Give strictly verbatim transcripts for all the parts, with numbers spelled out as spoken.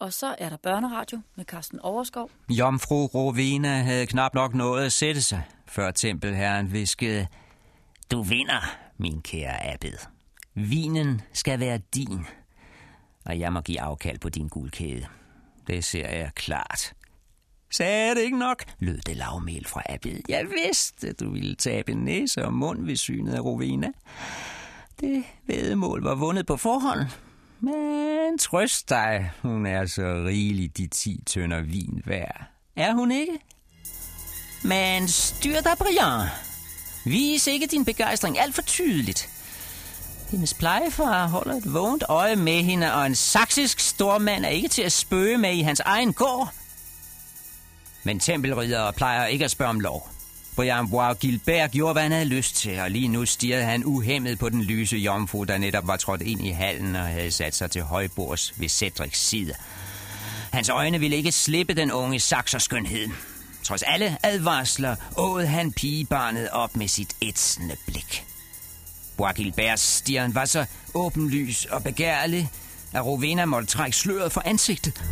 Og så er der børneradio med Carsten Overskov. Jomfru Rowena havde knap nok nået at sætte sig, før tempelherren viskede: Du vinder, min kære abbed. Vinen skal være din, og jeg må give afkald på din guldkæde. Det ser jeg klart. Sagde det ikke nok, lød det lavmæl fra abbed. Jeg vidste, du ville tabe næse og mund ved synet af Rowena. Det væddemål var vundet på forhånd. Men trøst dig, hun er så rigelig de ti tønder vin værd. Er hun ikke? Men styr dig, Brian. Vis ikke din begejstring alt for tydeligt. Hendes plejefar holder et vågent øje med hende, og en saksisk stormand er ikke til at spøge med i hans egen gård. Men tempelriddere plejer ikke at spørge om lov. Brian Bois Gilbert gjorde, hvad han havde lyst til, og lige nu stirrede han uhæmmet på den lyse jomfru, der netop var trådt ind i hallen og havde sat sig til højbords ved Cedrics side. Hans øjne ville ikke slippe den unge sakserskønhed. Trods alle advarsler åd han pigebarnet op med sit ætsende blik. Bois Gilberts stirren var så åbenlys og begærlig, at Rowena måtte trække sløret for ansigtet.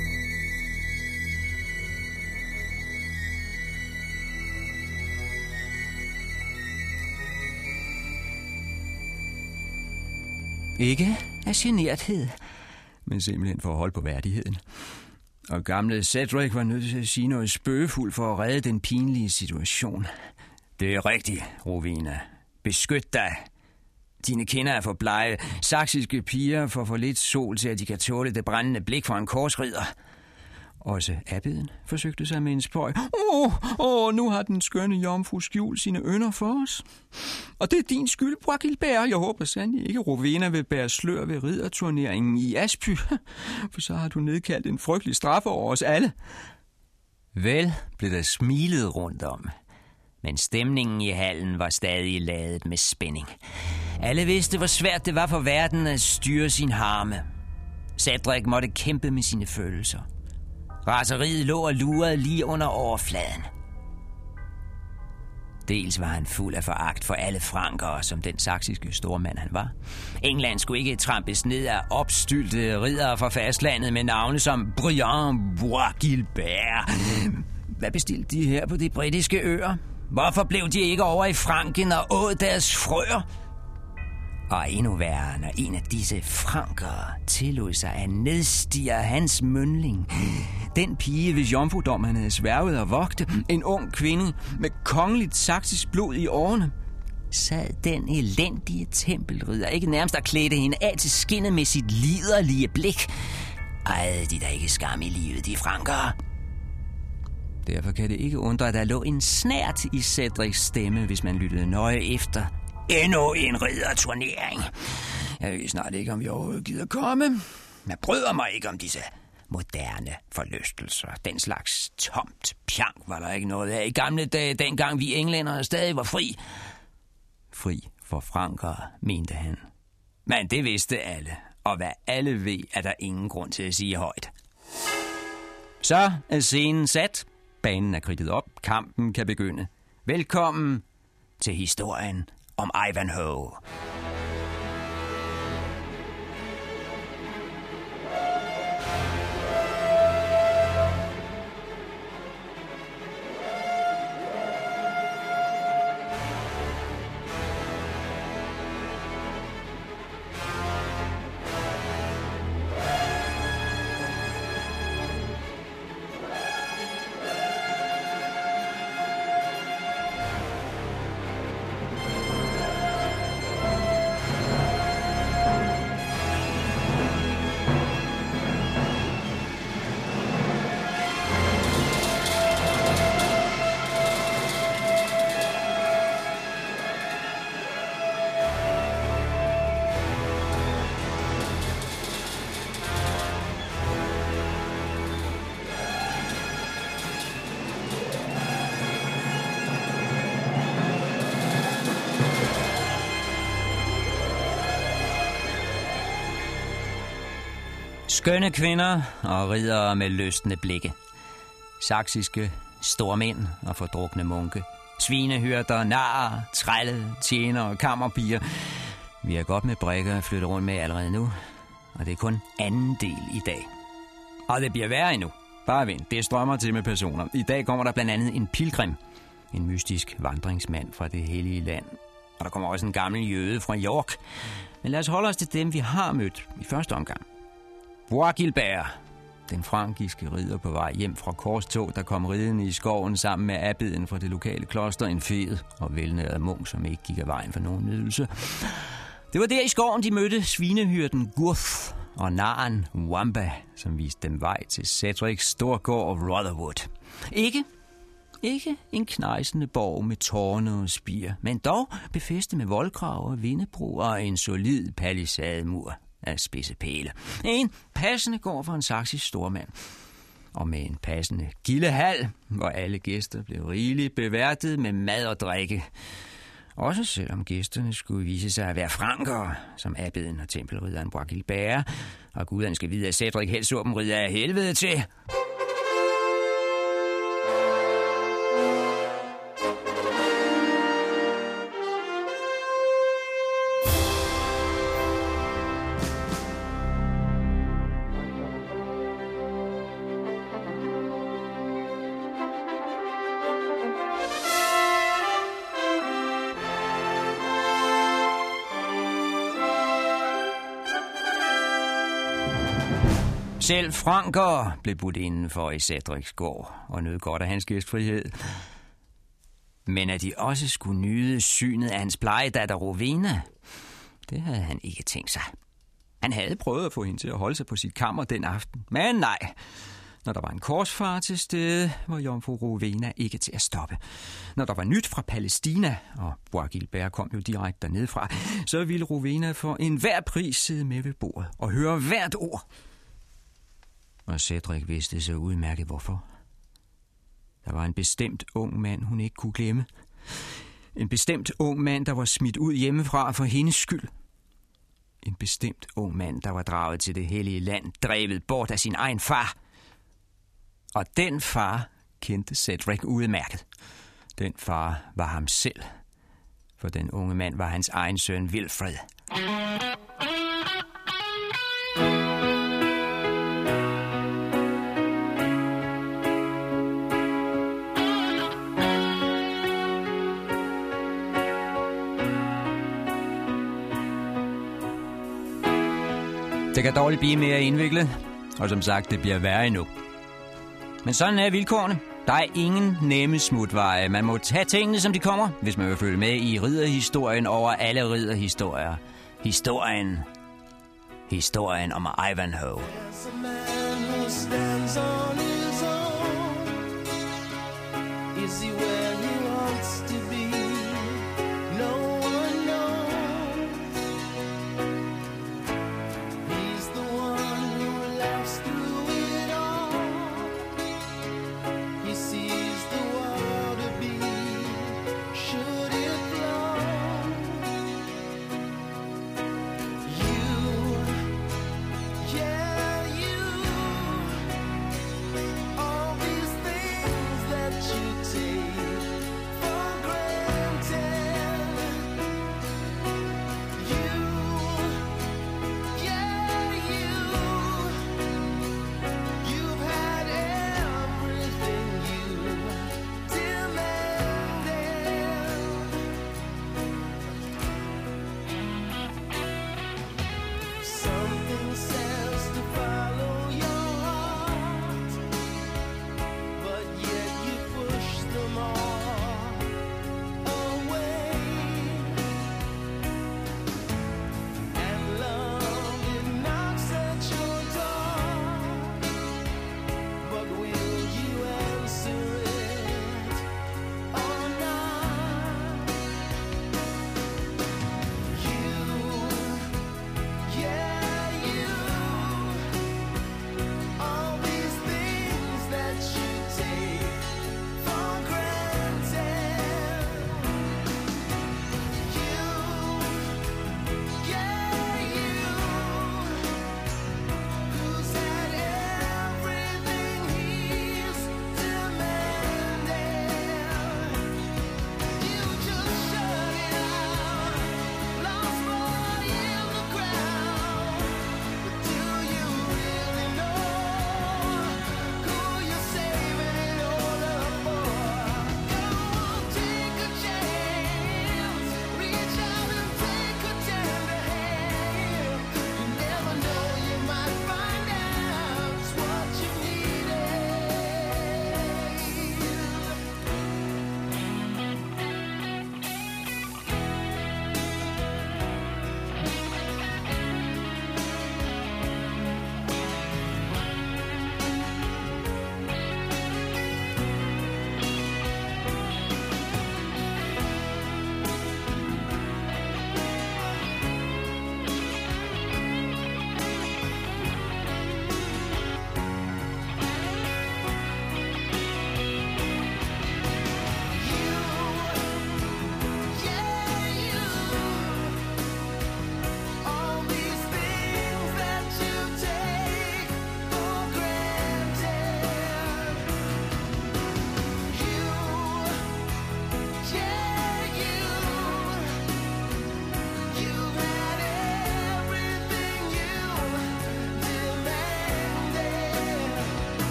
Ikke af generthed, men simpelthen for at holde på værdigheden. Og gamle Cedric var nødt til at sige noget spøgefuldt for at redde den pinlige situation. Det er rigtigt, Rowena. Beskyt dig. Dine kinder er for blege. Saksiske piger får for lidt sol til, at de kan tåle det brændende blik fra en korsridder. Også abbeden forsøgte sig med en spøg. Åh, åh, nu har den skønne jomfru skjult sine ynder for os. Og det er din skyld, Bois Gilbert. Jeg håber sandelig ikke, Rowena vil bære slør ved ridderturneringen i Asby. For så har du nedkaldt en frygtelig straf over os alle. Vel blev der smilet rundt om. Men stemningen i hallen var stadig ladet med spænding. Alle vidste, hvor svært det var for verden at styre sin harme. Cedric måtte kæmpe med sine følelser. Raseriet lå og lurede lige under overfladen. Dels var han fuld af foragt for alle frankere, som den saksiske stormand han var. England skulle ikke trampes ned af opstylte riddere fra fastlandet med navne som Brian Bois Gilbert. Hvad bestilte de her på de britiske øer? Hvorfor blev de ikke over i Franken og åd deres frøer? Og endnu værre, når en af disse frankere tillod sig at nedstige hans mønling. Den pige, hvis jomfrudom han havde sværget og vogte, en ung kvinde med kongeligt saksisk blod i årene, sad den elendige tempelridder ikke nærmest at klædte hende af til skinnet med sit liderlige blik. Ej, de der ikke skam i livet, de frankere. Derfor kan det ikke undre, at der lå en snert i Cedrics stemme, hvis man lyttede nøje efter. Endnu en ridderturnering. Jeg ved snart ikke, om jeg overhovedet gider komme. Jeg bryder mig ikke om disse moderne forlystelser. Den slags tomt pjank var der ikke noget af i gamle dage, dengang vi englændere stadig var fri. Fri for frankere, mente han. Men det vidste alle, og hvad alle ved, er der ingen grund til at sige højt. Så er scenen sat. Banen er kridtet op. Kampen kan begynde. Velkommen til historien om Ivanhoe. Skønne kvinder og riddere med lystende blikke. Saksiske stormænd og fordrukne munke. Svinehyrder, narer, trælle, tjenere og kammerpiger. Vi har godt med brikker at flytte rundt med allerede nu, og det er kun anden del i dag. Og det bliver værre endnu. Bare vent, det strømmer til med personer. I dag kommer der blandt andet en pilgrim, en mystisk vandringsmand fra det hellige land. Og der kommer også en gammel jøde fra York. Men lad os holde os til dem, vi har mødt i første omgang. Bois Guilbert, den frankiske ridder på vej hjem fra korstog, der kom ridende i skoven sammen med abbeden fra det lokale kloster, en fed og velnæret munk, som ikke gik af vejen for nogen nydelse. Det var der i skoven, de mødte svinehyrden Gurth og naren Wamba, som viste dem vej til Cedrics storgård Rotherwood. Ikke, ikke en knejsende borg med tårne og spir, men dog befæstet med voldgrav og vindebro og en solid palisademur af spidse pæle. En passende gård for en saksisk stormand. Og med en passende gildehal, hvor alle gæster blev rigeligt beværtet med mad og drikke. Også selvom gæsterne skulle vise sig at være frankere, som abbeden og tempelridderen Bois Guilbert, og guderne skal vide, at Cedric helst så dem ridder af helvede til. Selv frankere blev budt indenfor i Cedrics gård og nød godt af hans gæstfrihed. Men at de også skulle nyde synet af hans plejedatter Rowena, det havde han ikke tænkt sig. Han havde prøvet at få hende til at holde sig på sit kammer den aften, men nej. Når der var en korsfar til stede, var jomfru Rowena ikke til at stoppe. Når der var nyt fra Palæstina, og Bois Guilbert kom jo direkte dernede fra, så ville Rowena for enhver pris sidde med ved bordet og høre hvert ord. Og Cedric vidste så udmærket hvorfor. Der var en bestemt ung mand, hun ikke kunne glemme. En bestemt ung mand, der var smidt ud hjemmefra for hendes skyld. En bestemt ung mand, der var draget til det hellige land, drevet bort af sin egen far. Og den far kendte Cedric udmærket. Den far var ham selv. For den unge mand var hans egen søn Wilfred. Det kan dårligt blive mere indviklet, og som sagt, det bliver værre endnu. Men sådan er vilkårene. Der er ingen nemme smutveje. Man må tage tingene, som de kommer, hvis man vil følge med i ridderhistorien over alle ridderhistorier. Historien. Historien om Ivanhoe.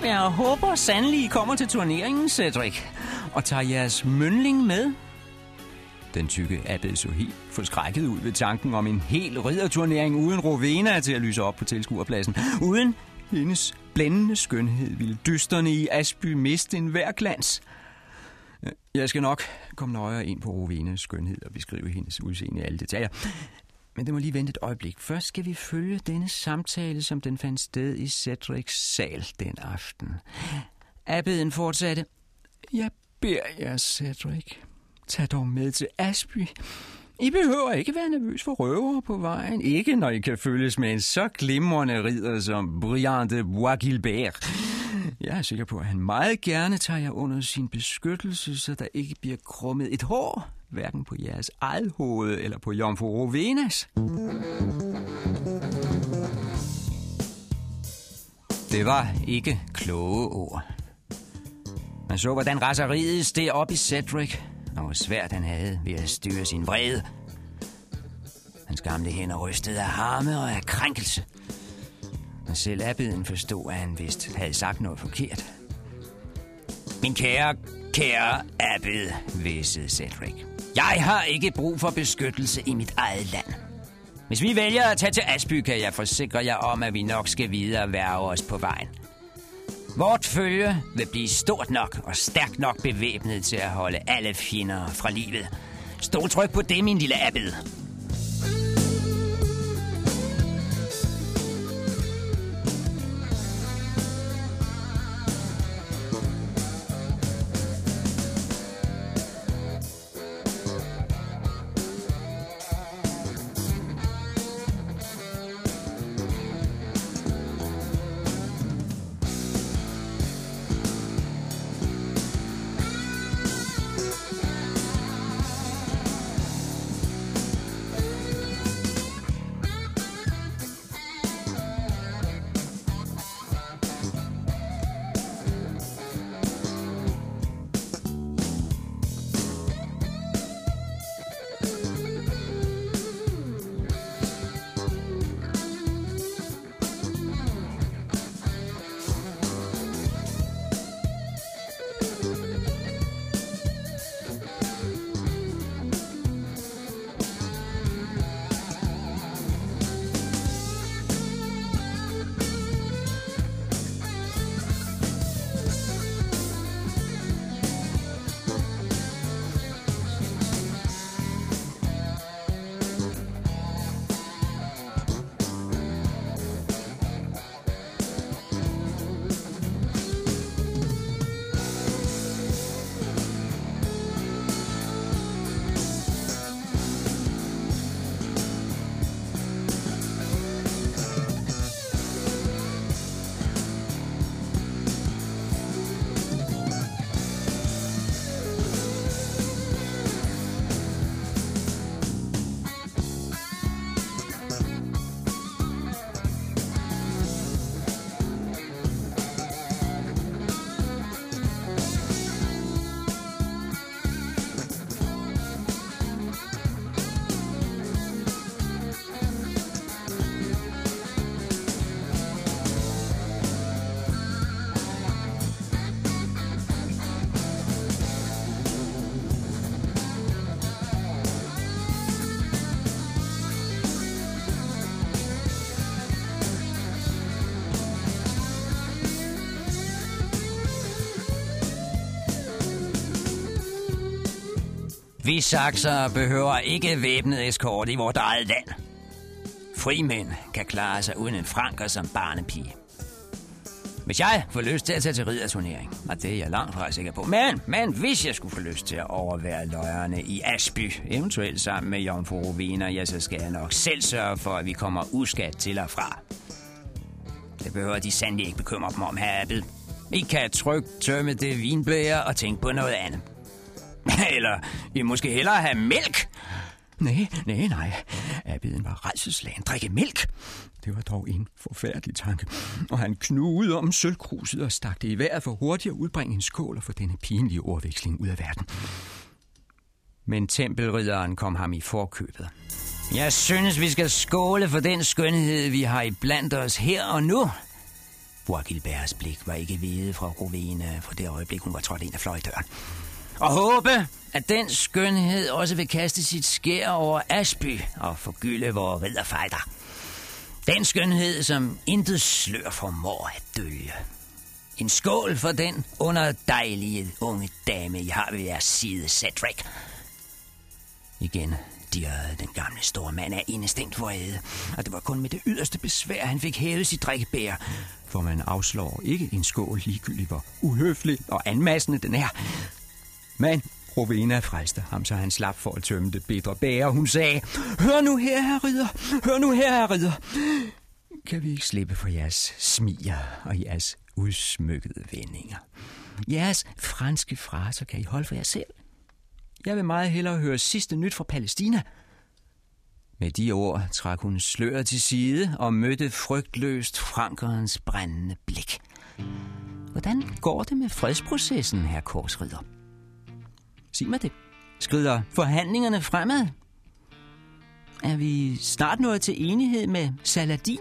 Jeg håber sandelig, I kommer til turneringen, Cedric, og tager jeres mønling med. Den tykke abbed så helt forskrækket ud ved tanken om en hel ridderturnering uden Rowena til at lyse op på tilskuerpladsen. Uden hendes blændende skønhed ville dysterne i Asby miste en hver glans. Jeg skal nok komme nøjere ind på Rowenas skønhed og beskrive hendes udseende i alle detaljer. Men det må lige vente et øjeblik. Først skal vi følge denne samtale, som den fandt sted i Cedrics sal den aften. Abbeden fortsatte. Jeg beder jer, Cedric, tag dog med til Asby. I behøver ikke være nervøs for røvere på vejen. Ikke når I kan følges med en så glimrende ridder som Brian de Bois-Guilbert. Jeg er sikker på, at han meget gerne tager jer under sin beskyttelse, så der ikke bliver krummet et hår, hverken på jeres eget hoved eller på jomfru Rowenas. Det var ikke kloge ord. Man så, hvordan raseriet steg op i Cedric, og hvor svært han havde ved at styre sin vrede. Hans gamle hænder rystede af harme og af krænkelse. Og selv abbeden forstod, at han vist havde sagt noget forkert. Min kære, kære abbed, hvæsede Cedric. Jeg har ikke brug for beskyttelse i mit eget land. Hvis vi vælger at tage til Asby, kan jeg forsikre jer om, at vi nok skal videre værge os på vejen. Vort følge vil blive stort nok og stærkt nok bevæbnet til at holde alle fjender fra livet. Stol tryk på det, min lille abbed. Vi sakser behøver ikke væbnet eskort i vort eget land. Frimænd kan klare sig uden en franker som barnepige. Hvis jeg får lyst til at tage til ridderturnering, og det er jeg langt fra sikker på, men, men hvis jeg skulle få lyst til at overvære løjerne i Asby, eventuelt sammen med jomfru Rowena, ja, så skal jeg nok selv sørge for, at vi kommer uskadt til og fra. Det behøver de sandelig ikke bekymre dem om, herre abbed. I kan trygt tømme det vinblære og tænke på noget andet. Eller I måske hellere have mælk? Nej, nej, nej. Abbeden var rædselsslagen. Drikke mælk? Det var dog en forfærdelig tanke. Og han knugede om sølvkruset og stak det i vejret for hurtigt at udbringe en skål og få denne pinlige ordveksling ud af verden. Men tempelridderen kom ham i forkøbet. Jeg synes, vi skal skåle for den skønhed, vi har iblandt os her og nu. Bois Guilberts blik var ikke hvide fra Rowena fra det øjeblik, hun var trådt ind af fløjdøren. Og håbe, at den skønhed også vil kaste sit skær over Ashby og forgylde vores ridderfejder. Den skønhed, som intet slør formår at dølge. En skål for den underdejlige unge dame, I har ved jeres side, Cedric. Igen dirrede den gamle store mand af indestængt vrede, og det var kun med det yderste besvær, han fik hævet sit drikkebær. For man afslår ikke en skål ligegyldigt, hvor uhøflig og anmassende den er. Men Rowena frelste ham, så han slap for at tømme det bedre bære. Hun sagde, hør nu her, herre ridder, hør nu her, herre ridder. Kan vi ikke slippe for jeres smiger og jeres udsmykkede vendinger? Jeres franske fraser kan I holde for jer selv. Jeg vil meget hellere høre sidste nyt fra Palæstina. Med de ord trak hun sløret til side og mødte frygtløst frankerens brændende blik. Hvordan går det med fredsprocessen, herre korsridder? Sig mig det. Skrider forhandlingerne fremad? Er vi snart nået til enighed med Saladin?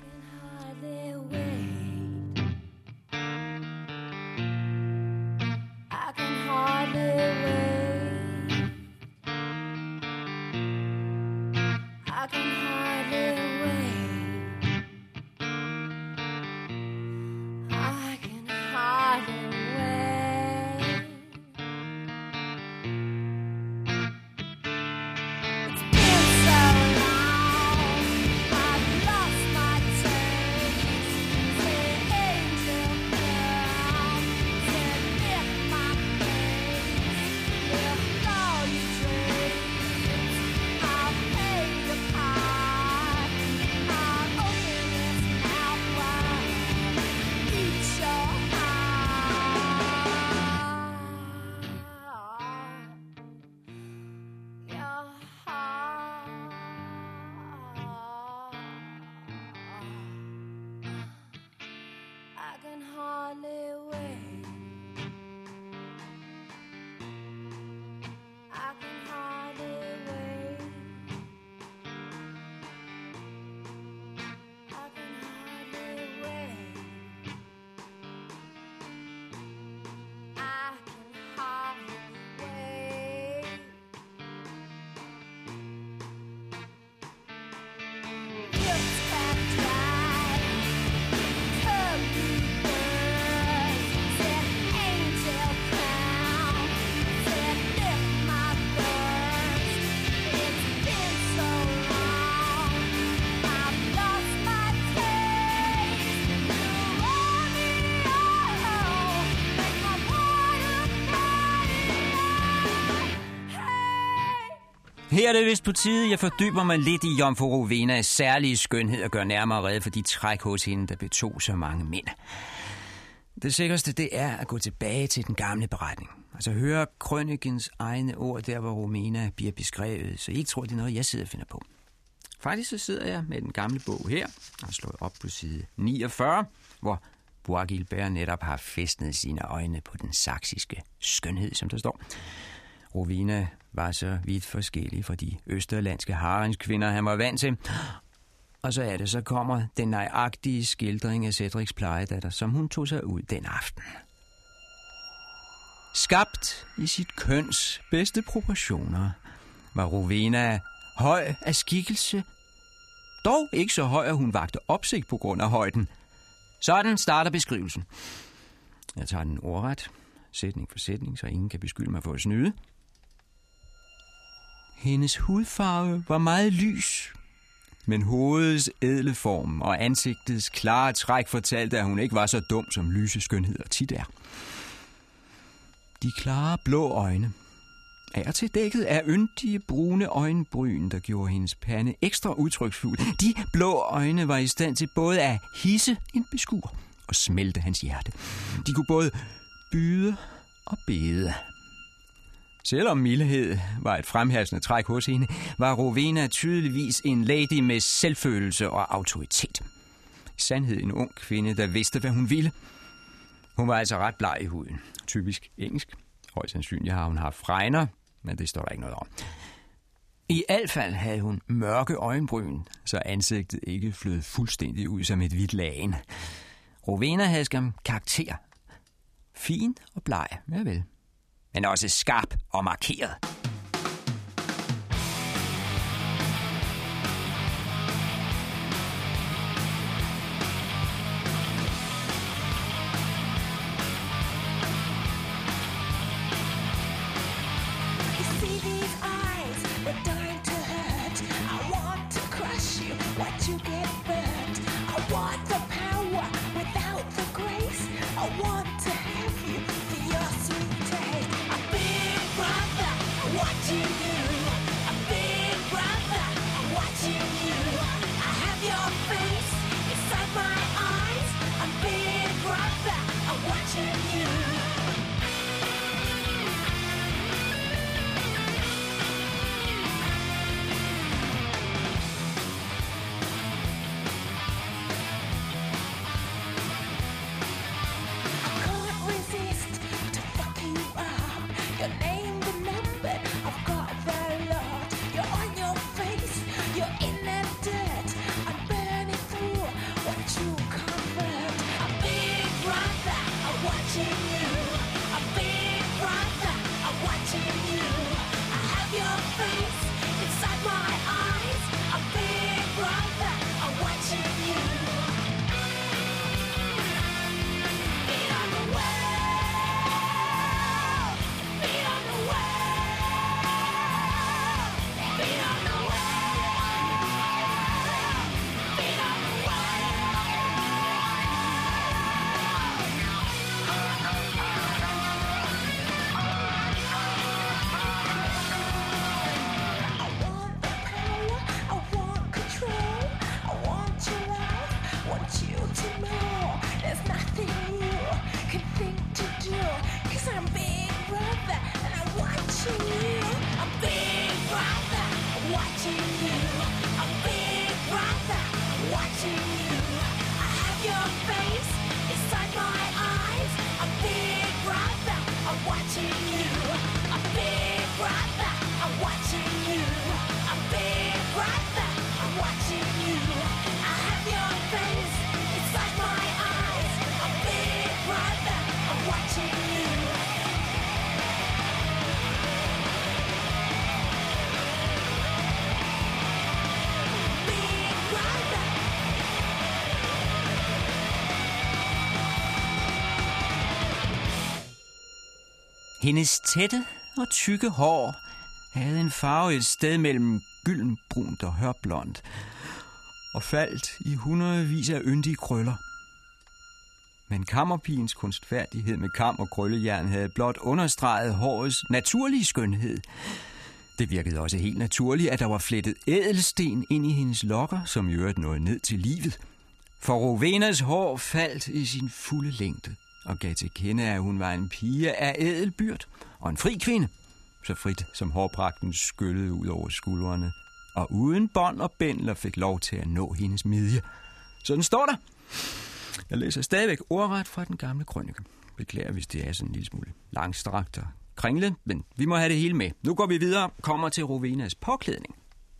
Her er det vist på tide, jeg fordyber mig lidt i Jomfru Rowenas særlige skønhed og gør nærmere rede for de træk hos hende, der betog så mange mænd. Det sikreste, det er at gå tilbage til den gamle beretning. Altså høre krønikens egne ord, der hvor Rowena bliver beskrevet, så I ikke tror, det er noget, jeg sidder og finder på. Faktisk så sidder jeg med den gamle bog her, og slået op på side niogfyrre, hvor Bois Guilbert netop har fæstnet sine øjne på den saksiske skønhed, som der står. Rowena var så vidt forskellig fra de østerlandske haremskvinder, han var vant til. Og så er det, så kommer den nøjagtige skildring af Cedrics plejedatter, som hun tog sig ud den aften. Skabt i sit køns bedste proportioner, var Rowena høj af skikkelse, dog ikke så høj, at hun vagte opsigt på grund af højden. Sådan starter beskrivelsen. Jeg tager den ordret, sætning for sætning, så ingen kan beskylde mig for at snyde. Hendes hudfarve var meget lys, men hovedets ædle form og ansigtets klare træk fortalte, at hun ikke var så dum, som lyse skønheder tit er. De klare blå øjne, af og til dækket af yndige brune øjenbryn, der gjorde hendes pande ekstra udtryksfuld. De blå øjne var i stand til både at hisse en beskuer og smelte hans hjerte. De kunne både byde og bede. Selvom mildhed var et fremherskende træk hos hende, var Rowena tydeligvis en lady med selvfølelse og autoritet. I sandhed en ung kvinde, der vidste, hvad hun ville. Hun var altså ret bleg i huden. Typisk engelsk. Højst sandsynligt har hun haft fregner, men det står der ikke noget om. I alt fald havde hun mørke øjenbryn, så ansigtet ikke flød fuldstændig ud som et hvidt lagen. Rowena havde skam karakter. Fin og bleg, ja vel. Men også skarp og markeret. Hendes tætte og tykke hår havde en farve et sted mellem gyldenbrunt og hørblondt, og faldt i hundredvis af yndige krøller. Men kammerpigens kunstfærdighed med kam og krøllejern havde blot understreget hårets naturlige skønhed. Det virkede også helt naturligt, at der var flettet ædelsten ind i hendes lokker, som i øvrigt nåede ned til livet. For Rowenas hår faldt i sin fulde længde og gav til kende, at hun var en pige af ædelbyrd og en fri kvinde, så frit som hårpragten skyllede ud over skuldrene, og uden bånd og bændler fik lov til at nå hendes midje. Sådan står der. Jeg læser stadigvæk ordret fra den gamle krønike. Beklager, hvis det er sådan en lille smule langstrakt og kringlet, men vi må have det hele med. Nu går vi videre, kommer til Rowenas påklædning.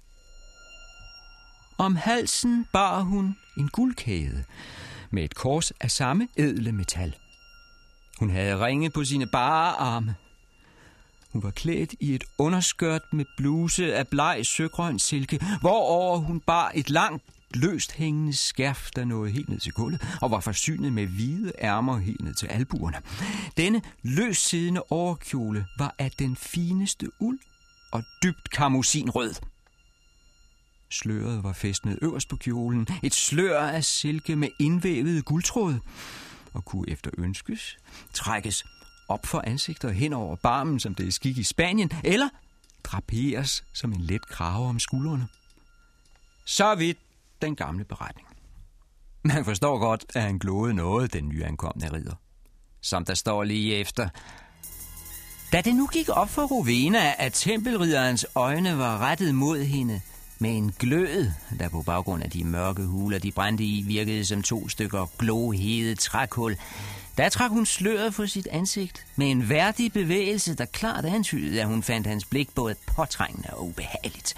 Om halsen bar hun en guldkæde med et kors af samme ædle metal. Hun havde ringe på sine bare arme. Hun var klædt i et underskørt med bluse af bleg søgrøn silke, hvorover hun bar et langt, løst hængende skærf, der nåede helt ned til gulvet, og var forsynet med hvide ærmer helt ned til albuerne. Denne løst siddende overkjole var af den fineste uld og dybt karmosinrød. Sløret var fæstnet øverst på kjolen, et slør af silke med indvævede guldtråd, og kunne efter ønskes trækkes op for ansigtet og hen over barmen, som det er skik i Spanien, eller draperes som en let krave om skuldrene. Så vidt den gamle beretning. Man forstår godt, at han glåede noget, den nyankomne ridder. Som der står lige efter. Da det nu gik op for Rowena, at tempelridderens øjne var rettet mod hende med en glød, der på baggrund af de mørke huler, de brændte i, virkede som to stykker glohede trækul, der trak hun sløret for sit ansigt med en værdig bevægelse, der klart antydede, at hun fandt hans blik både påtrængende og ubehageligt.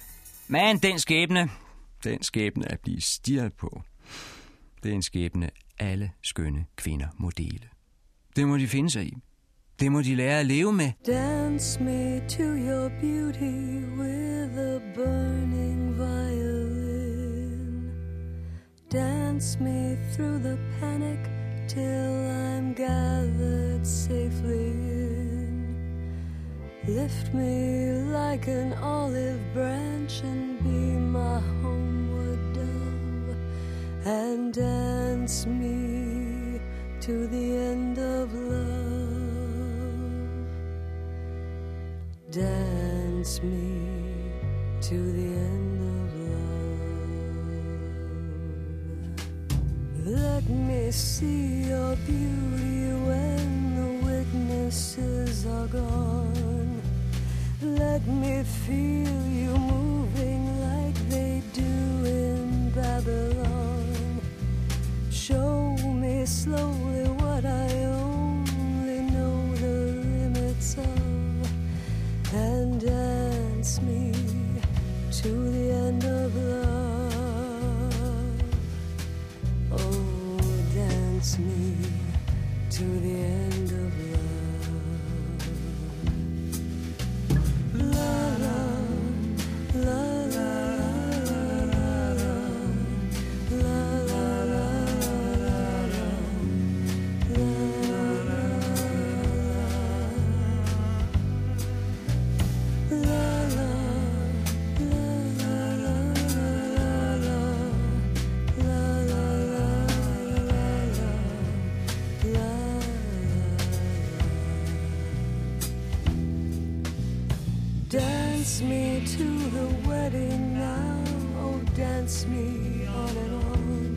Men den skæbne, den skæbne at blive stirret på, det er en skæbne, alle skønne kvinder må dele. Det må de finde sig i. Det må de lære at leve med. Dance me to your beauty with a burning violin. Dance me through the panic till I'm gathered safely in. Lift me like an olive branch and be my homeward dove. And dance me to the end of love. Dance me to the end of love. Let me see your beauty when the witnesses are gone. Let me feel you moving like they do in Babylon. Show me slowly what I only know the limits of, and dance me to the end of love. Oh, dance me to the end of love. La la, la la, la la, la la, la Dance me to the wedding now, oh dance me on and on.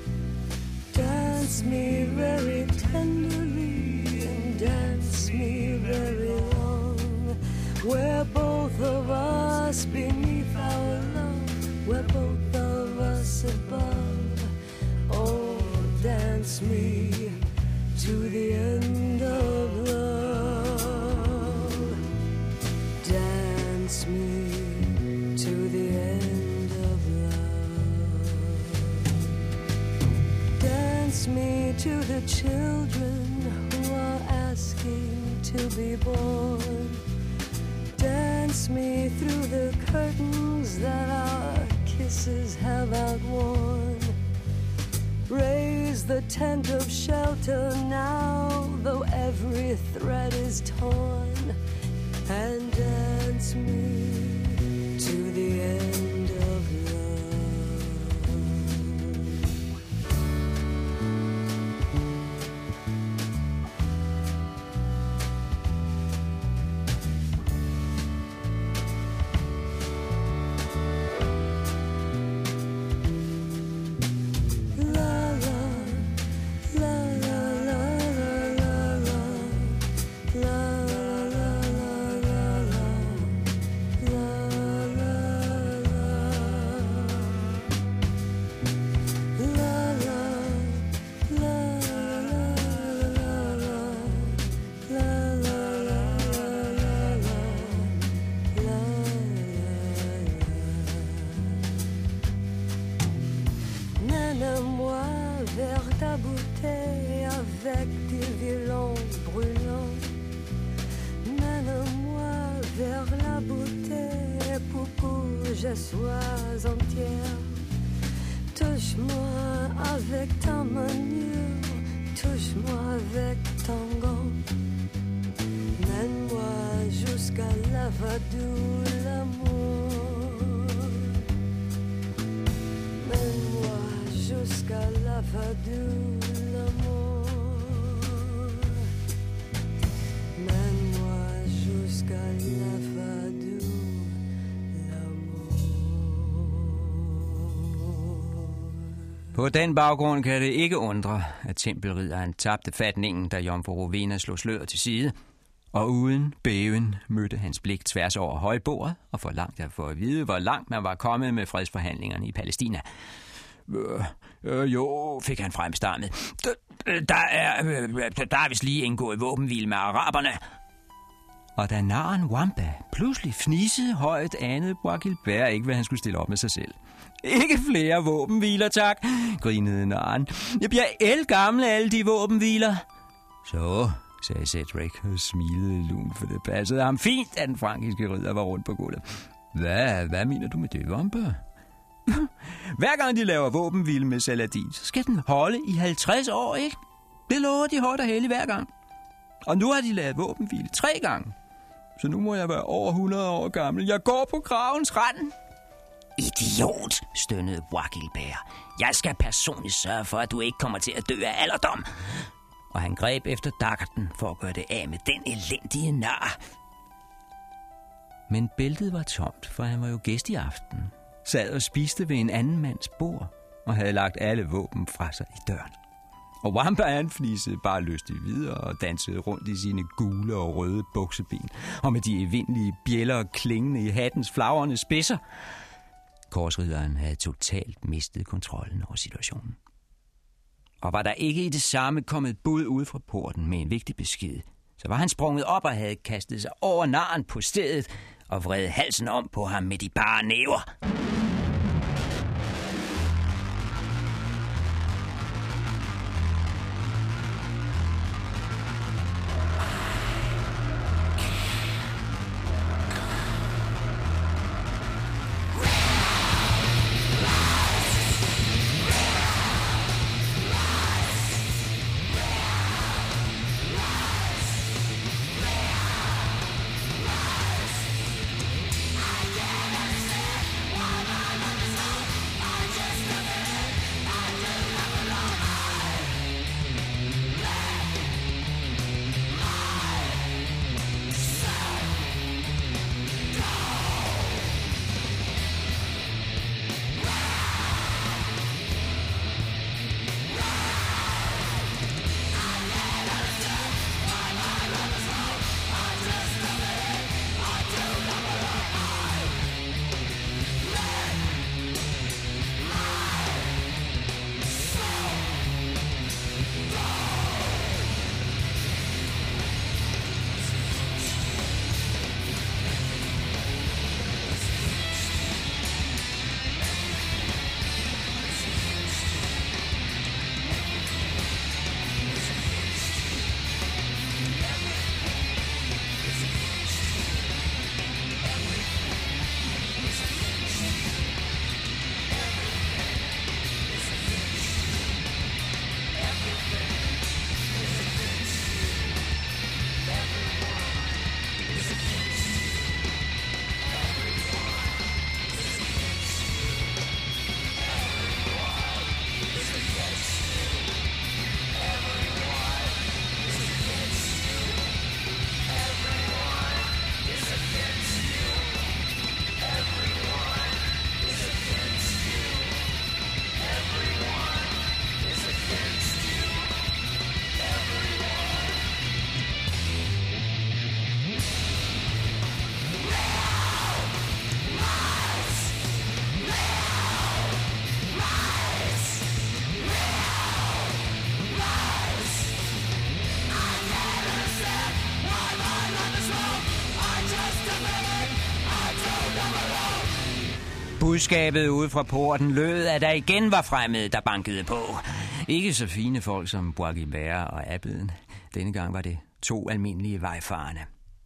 Dance me very tenderly and dance me very long. We're both of us beneath our love, we're both of us above. Oh, dance me to the end of love. Dance me to the end of love. Dance me to the children who are asking to be born. Dance me through the curtains that our kisses have outworn. Raise the tent of shelter now, though every thread is torn. And dance me to the end of je sois entière. Touche-moi avec ta manure, touche-moi avec ton gant. Mène-moi jusqu'à la vadou, l'amour. Mène-moi jusqu'à la vadou, l'amour. Mène-moi jusqu'à la vadou. På den baggrund kan det ikke undre, at tempelridderen tabte fatningen, da jomfru Rowena slog sløret til side, og uden bæven mødte hans blik tværs over højbordet og forlangte at få at vide, hvor langt man var kommet med fredsforhandlingerne i Palæstina. Øh, øh, jo, fik han fremstammet. Der, der er, der er vist lige indgået våbenhvile med araberne. Og da narren Wamba pludselig fnisede højt, anede Bois Guilbert ikke, hvad han skulle stille op med sig selv. Ikke flere våbenhviler, tak, grinede narren. Jeg bliver ældgammel af alle de våbenhviler. Så, sagde Cedric og smilede lunt, for det passede ham fint, at den frankiske ridder var rundt på gulvet. Hvad, hvad mener du med det, Wamba? Hver gang de laver våbenhvile med Saladin, så skal den holde i halvtreds år, ikke? Det lover de højt og heldigt hver gang. Og nu har de lavet våbenhvile tre gange. Så nu må jeg være over hundrede år gammel. Jeg går på gravens rand. Idiot, stønnede Bois Guilbert. Jeg skal personligt sørge for, at du ikke kommer til at dø af alderdom. Og han greb efter daggerten for at gøre det af med den elendige nar. Men bæltet var tomt, for han var jo gæst i aften. Sad og spiste ved en anden mands bord og havde lagt alle våben fra sig i døren. Og Wamba han flisede bare lystigt videre og dansede rundt i sine gule og røde bukseben, og med de evindelige bjælder klingende i hattens flagrende spidser. Korsridderen havde totalt mistet kontrollen over situationen. Og var der ikke i det samme kommet bud ud fra porten med en vigtig besked, så var han sprunget op og havde kastet sig over narren på stedet og vredet halsen om på ham med de bare næver. Budskabet ude fra porten lød, at der igen var fremmede, der bankede på. Ikke så fine folk som Bois Guilbert og abbeden. Denne gang var det to almindelige vejfarende.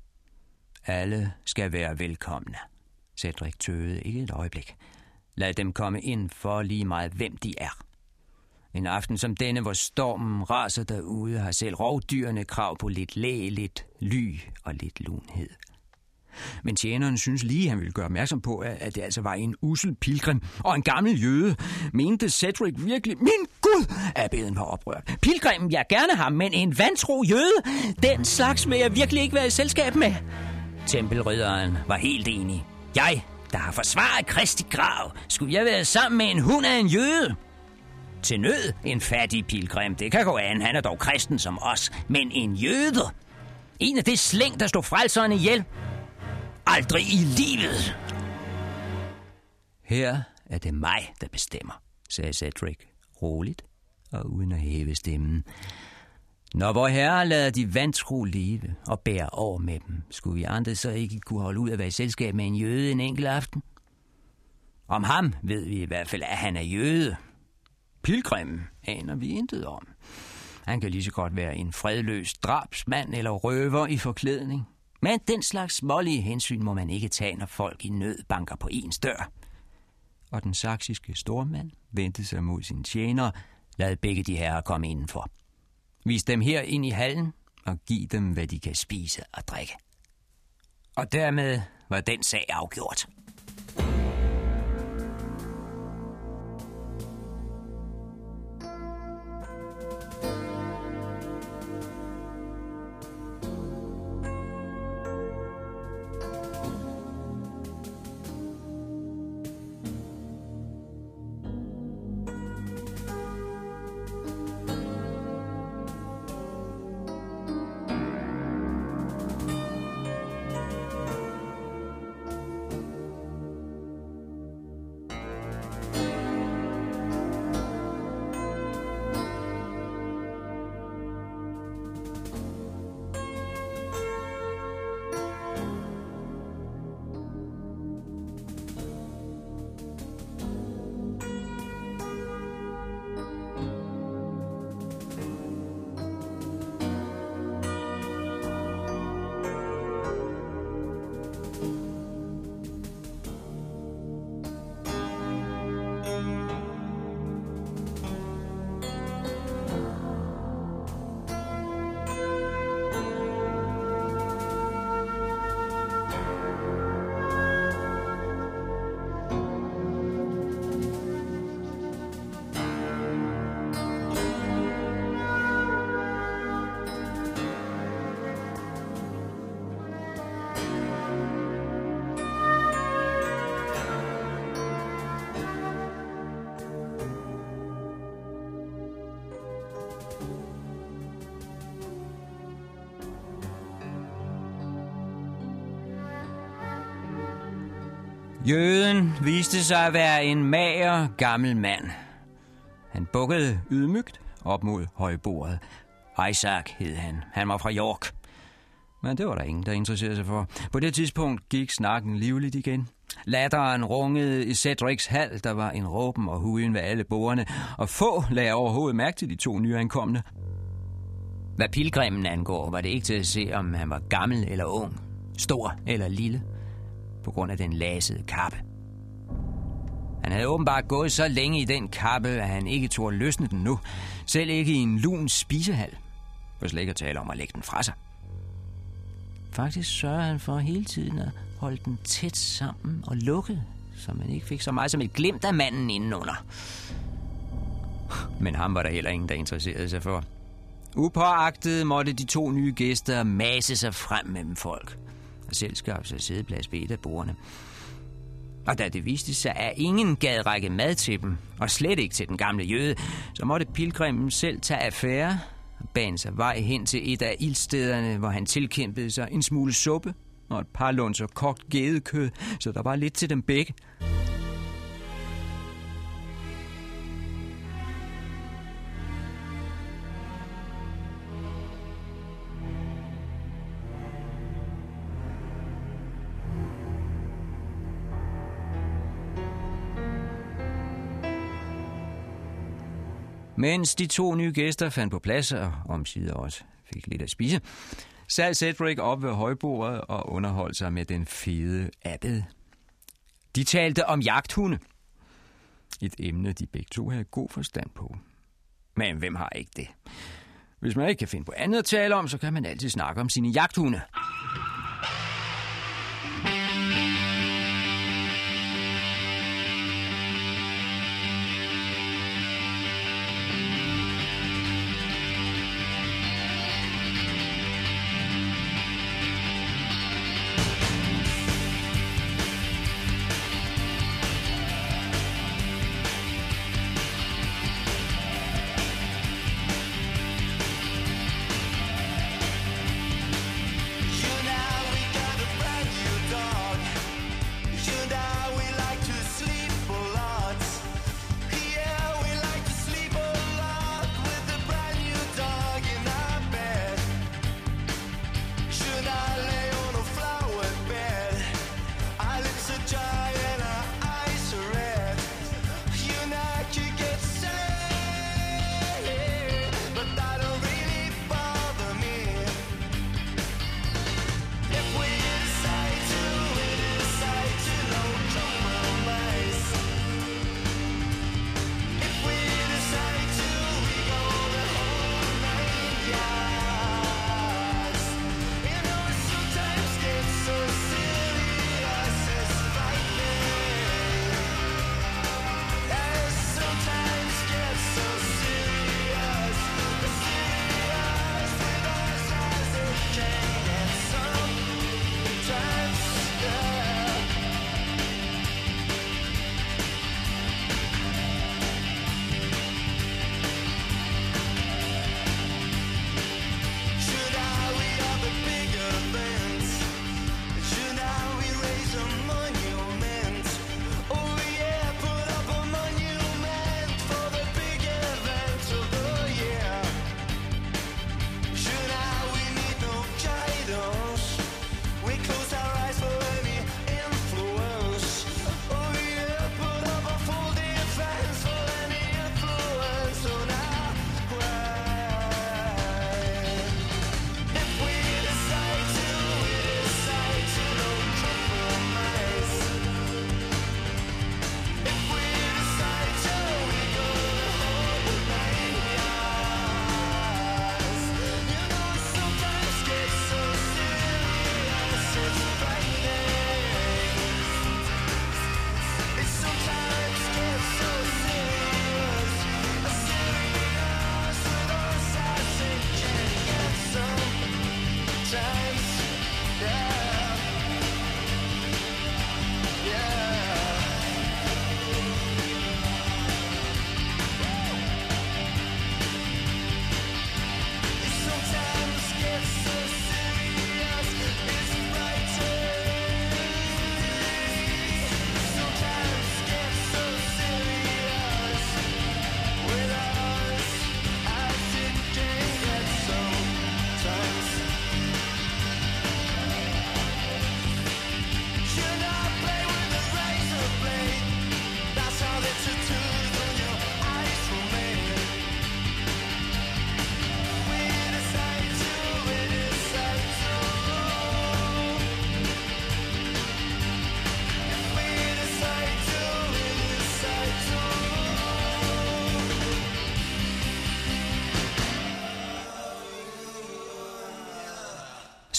Alle skal være velkomne. Cedric tøvede ikke et øjeblik. Lad dem komme ind for lige meget, hvem de er. En aften som denne, hvor stormen raser derude, har selv rovdyrene krav på lidt læ, lidt ly og lidt lunhed. Men tjeneren synes lige, han ville gøre opmærksom på, at det altså var en ussel pilgrim og en gammel jøde. Mente Cedric virkelig? Min Gud! Abbeden var oprørt. Pilgrimen, jeg gerne har, men en vantro jøde? Den slags vil jeg virkelig ikke være i selskab med. Tempelridderen var helt enig. Jeg, der har forsvaret Kristi grav, skulle jeg være sammen med en hund af en jøde? Til nød en fattig pilgrim, det kan gå an, han er dog kristen som os, men en jøde? En af det slæng, der stod frelseren ihjel? Aldrig i livet! Her er det mig, der bestemmer, sagde Cedric roligt og uden at hæve stemmen. Når vor herre lader de vantro leve og bærer over med dem, skulle vi andre så ikke kunne holde ud at være i selskab med en jøde en enkelt aften? Om ham ved vi i hvert fald, at han er jøde. Pilgrimmen aner vi intet om. Han kan lige så godt være en fredløs drabsmand eller røver i forklædning. Men den slags smålige hensyn må man ikke tage, når folk i nød banker på ens dør. Og den saksiske stormand vendte sig mod sine tjenere, lad begge de herrer komme indenfor. Vis dem her ind i hallen og giv dem, hvad de kan spise og drikke. Og dermed var den sag afgjort. Jøden viste sig at være en mager gammel mand. Han bukkede ydmygt op mod højbordet. Isaac hed han. Han var fra York. Men det var der ingen, der interesserede sig for. På det tidspunkt gik snakken livligt igen. Latteren rungede i Cedrics hal. Der var en råben og huden ved alle bordene, og få lagde overhovedet mærke til de to nyankomne. Hvad pilgrimmen angår, var det ikke til at se, om han var gammel eller ung, stor eller lille, på grund af den lasede kappe. Han havde åbenbart gået så længe i den kappe, at han ikke turde løsne den nu, selv ikke i en lun spisehal, for slet ikke at tale om at lægge den fra sig. Faktisk sørger han for hele tiden at holde den tæt sammen og lukket, så man ikke fik så meget som et glimt af manden indenunder. Men ham var der heller ingen, der interesserede sig for. Upåagtet måtte de to nye gæster mase sig frem mellem folk, og selv skaffe sig sædeplads ved et af bordene. Og da det viste sig, at ingen gad række mad til dem, og slet ikke til den gamle jøde, så måtte pilgrimmen selv tage affære og bane sig vej hen til et af ildstederne, hvor han tilkæmpede sig en smule suppe og et par lunser kogt gedekød, så der var lidt til dem begge. Mens de to nye gæster fandt på plads og omsider også fik lidt at spise, sad Cedric op ved højbordet og underholdt sig med den fede abbed. De talte om jagthunde. Et emne, de begge to havde god forstand på. Men hvem har ikke det? Hvis man ikke kan finde på andet at tale om, så kan man altid snakke om sine jagthunde.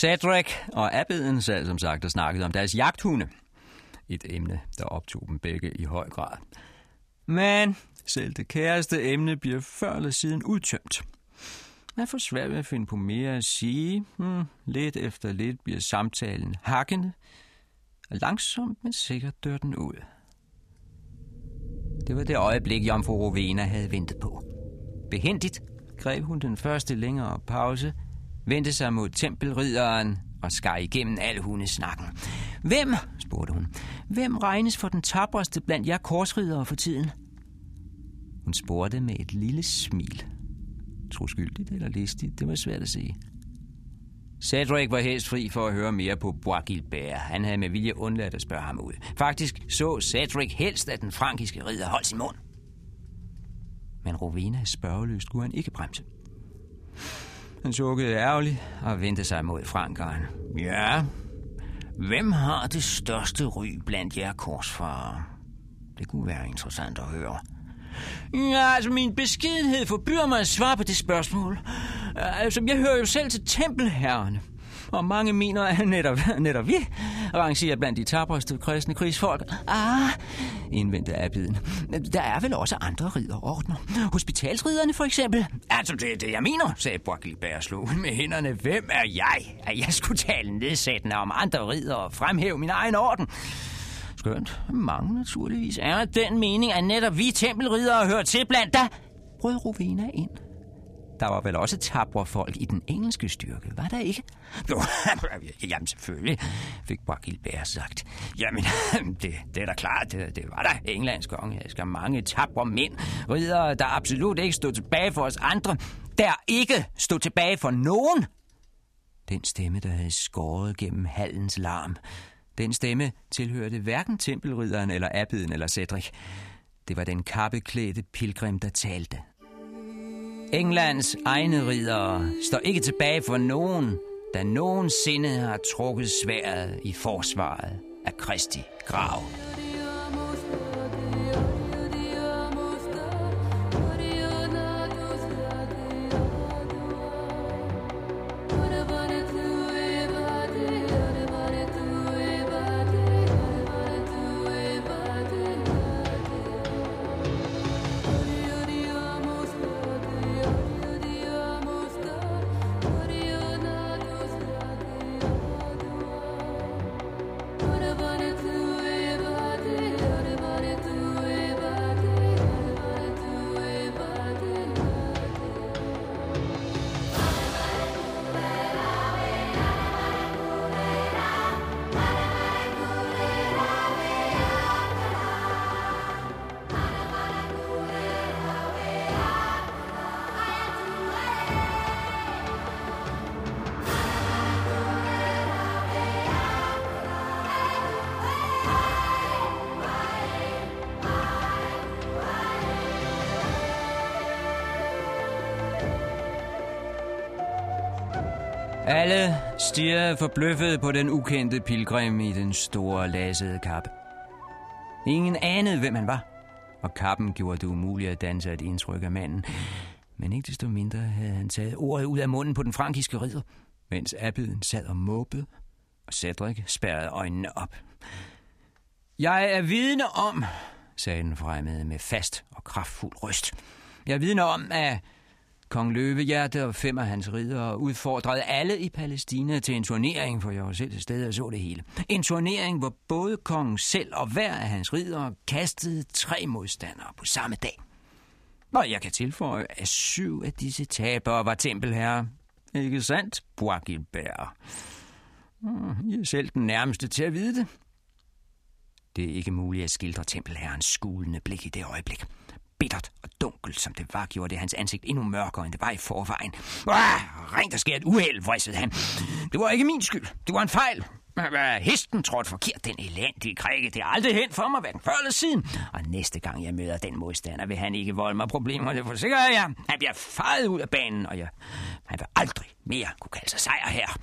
Cedric og abbeden sad som sagt og snakkede om deres jagthunde. Et emne, der optog dem begge i høj grad. Men selv det kæreste emne bliver før eller siden udtømt. Man får svært ved at finde på mere at sige. Hmm, lidt efter lidt bliver samtalen hakkende, og langsomt, men sikkert dør den ud. Det var det øjeblik, jomfru Rowena havde ventet på. Behændigt greb hun den første længere pause, vendte sig mod tempelridderen og skar igennem al hundesnakken. Hvem, spurgte hun, hvem regnes for den tapreste blandt jer korsridere for tiden? Hun spurgte med et lille smil. Troskyldigt eller listigt, det var svært at sige. Cedric var helst fri for at høre mere på Bois Guilbert. Han havde med vilje undladt at spørge ham ud. Faktisk så Cedric helst, at den frankiske ridder holdt sin mund. Men Rowena spørgeløst kunne han ikke bremse. Han sukkede ærgerligt og vendte sig mod frankeren. Ja, hvem har det største ry blandt jer korsfarere? Det kunne være interessant at høre. Ja, altså min beskedenhed forbyder mig at svare på det spørgsmål. Altså, jeg hører jo selv til tempelherrerne. Og mange mener, at netop, netop vi rangerer blandt de tapreste kristne krigsfolk. Ah, indvendte abbeden. Der er vel også andre ridderordner. Hospitalsridderne for eksempel. Altså, det er det, jeg mener, sagde Bois Guilbert slog med hænderne. Hvem er jeg? At jeg skulle tale nedsættende om andre ridder og fremhæve min egen orden. Skønt. Mange naturligvis er den mening, at netop vi tempelriddere hører til blandt der. Brød Rowena ind. Der var vel også tabre folk i den engelske styrke, var der ikke? Jo, jamen selvfølgelig, fik Bois Guilbert sagt. Jamen, det, det er da klart, det, det var der Englands konge. Jeg skal mange tabre mænd, riddere, der absolut ikke stod tilbage for os andre. Der ikke stod tilbage for nogen. Den stemme, der havde skåret gennem hallens larm. Den stemme tilhørte hverken tempelridderen eller abbeden eller Cedric. Det var den kappeklædte pilgrim, der talte. Englands egne riddere står ikke tilbage for nogen, der nogensinde har trukket sværdet i forsvaret af Kristi grav. Alle stirrede forbløffet på den ukendte pilgrim i den store lasede kappe. Ingen anede, hvem han var, og kappen gjorde det umuligt at danse et indtryk af manden. Men ikke desto mindre havde han taget ordet ud af munden på den frankiske ridder, mens abbeden sad og måbede, og Cedric spærrede øjnene op. Jeg er vidne om, sagde den fremmede med fast og kraftfuld røst. Jeg er vidne om, at Kong Løvehjerte og fem af hans riddere udfordrede alle i Palæstina til en turnering, for jeg var selv til stede og så det hele. En turnering, hvor både kongen selv og hver af hans riddere kastede tre modstandere på samme dag. Og jeg kan tilføje, at syv af disse tabere var tempelherrer. Ikke sandt, Bois Guilbert? I er selv den nærmeste til at vide det. Det er ikke muligt at skildre tempelherrens skulende blik i det øjeblik. Bittert og dunkelt, som det var, gjorde det hans ansigt endnu mørkere, end det var i forvejen. Ah, rent der sker et uheld, vrissede han. Det var ikke min skyld. Det var en fejl. Hesten trådte forkert, den elendige krikke. Det er aldrig hen for mig, hverken før eller siden. Og næste gang jeg møder den modstander, vil han ikke volde mig problemer. Det forsikrer jeg. Han bliver fejet ud af banen, og jeg, han vil aldrig mere kunne kalde sig sejrherre.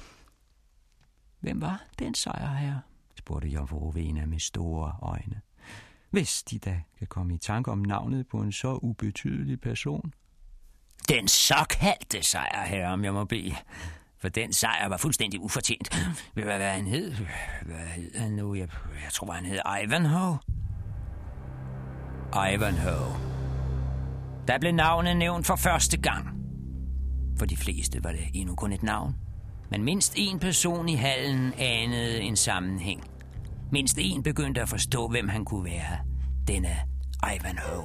Hvem var den sejrherre? Spurgte jomfru Rowena med store øjne. Hvis de da kan komme i tanke om navnet på en så ubetydelig person. Den såkaldte sejrherre, om jeg må bede, For den sejr var fuldstændig ufortjent. Ved hvad, hvad han hed? Hvad hed han nu? Jeg, jeg tror, han hed Ivanhoe. Ivanhoe. Der blev navnet nævnt for første gang. For de fleste var det endnu kun et navn. Men mindst en person i hallen anede en sammenhæng. Mindst en begyndte at forstå, hvem han kunne være. Denne Ivanhoe.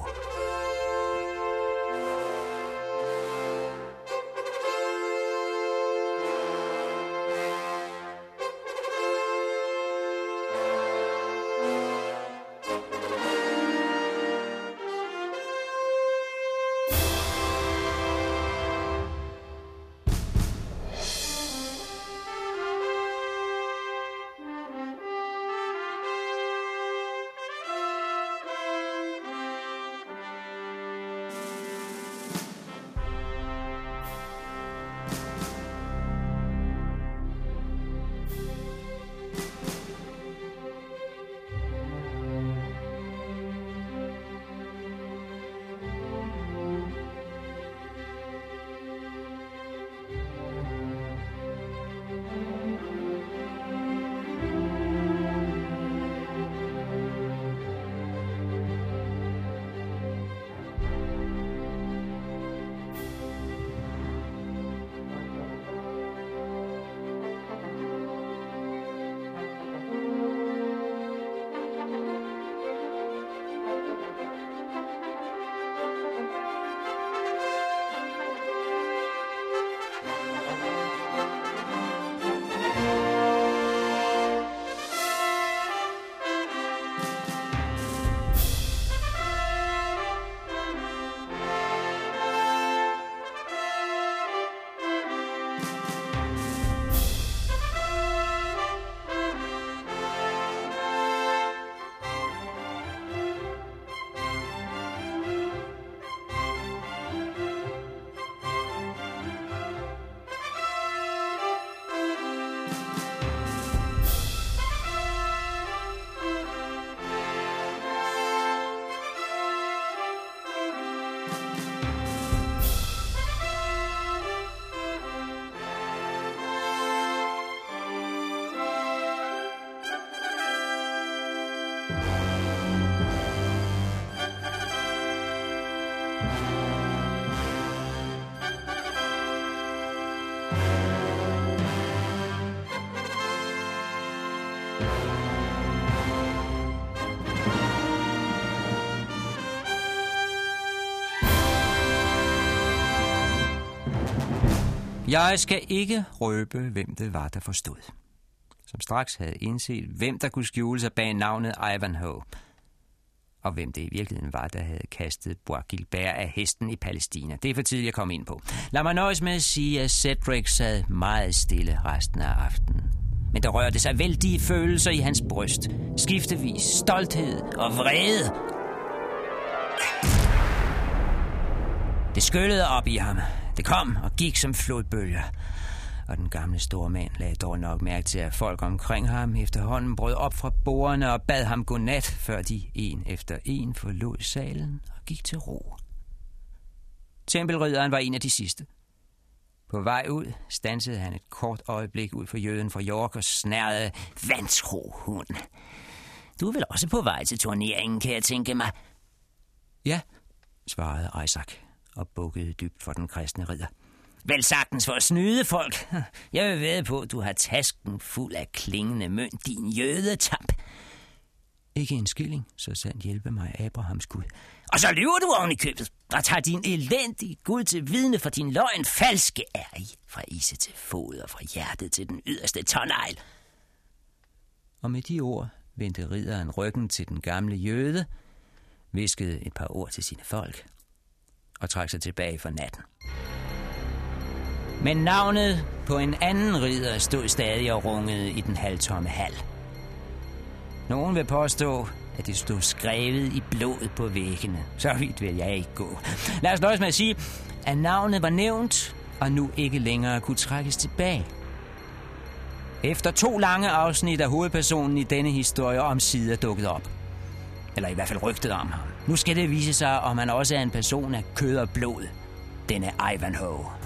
Jeg skal ikke røbe, hvem det var, der forstod. Som straks havde indset, hvem der kunne skjule sig bag navnet Ivanhoe. Og hvem det i virkeligheden var, der havde kastet Bois Guilbert af hesten i Palæstina. Det er for tidligt at komme ind på. Lad mig nøjes med at sige, at Cedric sad meget stille resten af aftenen. Men der rørte sig vældige følelser i hans bryst. Skiftevis stolthed og vrede. Det skyllede op i ham. Det kom og gik som flodbølger. Og den gamle store mand lagde dog nok mærke til, at folk omkring ham efterhånden brød op fra bordene og bad ham godnat, før de en efter en forlod salen og gik til ro. Tempelridderen var en af de sidste. På vej ud stansede han et kort øjeblik ud for jøden fra York og snærrede: "Vantro hund. Du er vel også på vej til turneringen, kan jeg tænke mig?" "Ja," svarede Isaac og bukkede dybt for den kristne ridder. "Vel sagtens for at snyde folk. Jeg vil vædde på, at du har tasken fuld af klingende mønt, din jødetamp." "Ikke en skilling, så sandt hjælpe mig, Abrahams Gud." "Og så lyver du oven i købet, og tager din elendige Gud til vidne for din løgn. Falske er I, fra ise til fod og fra hjertet til den yderste tånegl." Og med de ord vendte ridderen ryggen til den gamle jøde, viskede et par ord til sine folk og trak sig tilbage for natten. Men navnet på en anden ridder stod stadig og rungede i den halvtomme hal. Nogen vil påstå, at det stod skrevet i blodet på væggene. Så vidt vil jeg ikke gå. Lad os nøjes med at sige, at navnet var nævnt, og nu ikke længere kunne trækkes tilbage. Efter to lange afsnit af hovedpersonen i denne historie omsider dukket op. Eller i hvert fald rygtet om ham. Nu skal det vise sig, om han også er en person af kød og blod. Denne Ivanhoe.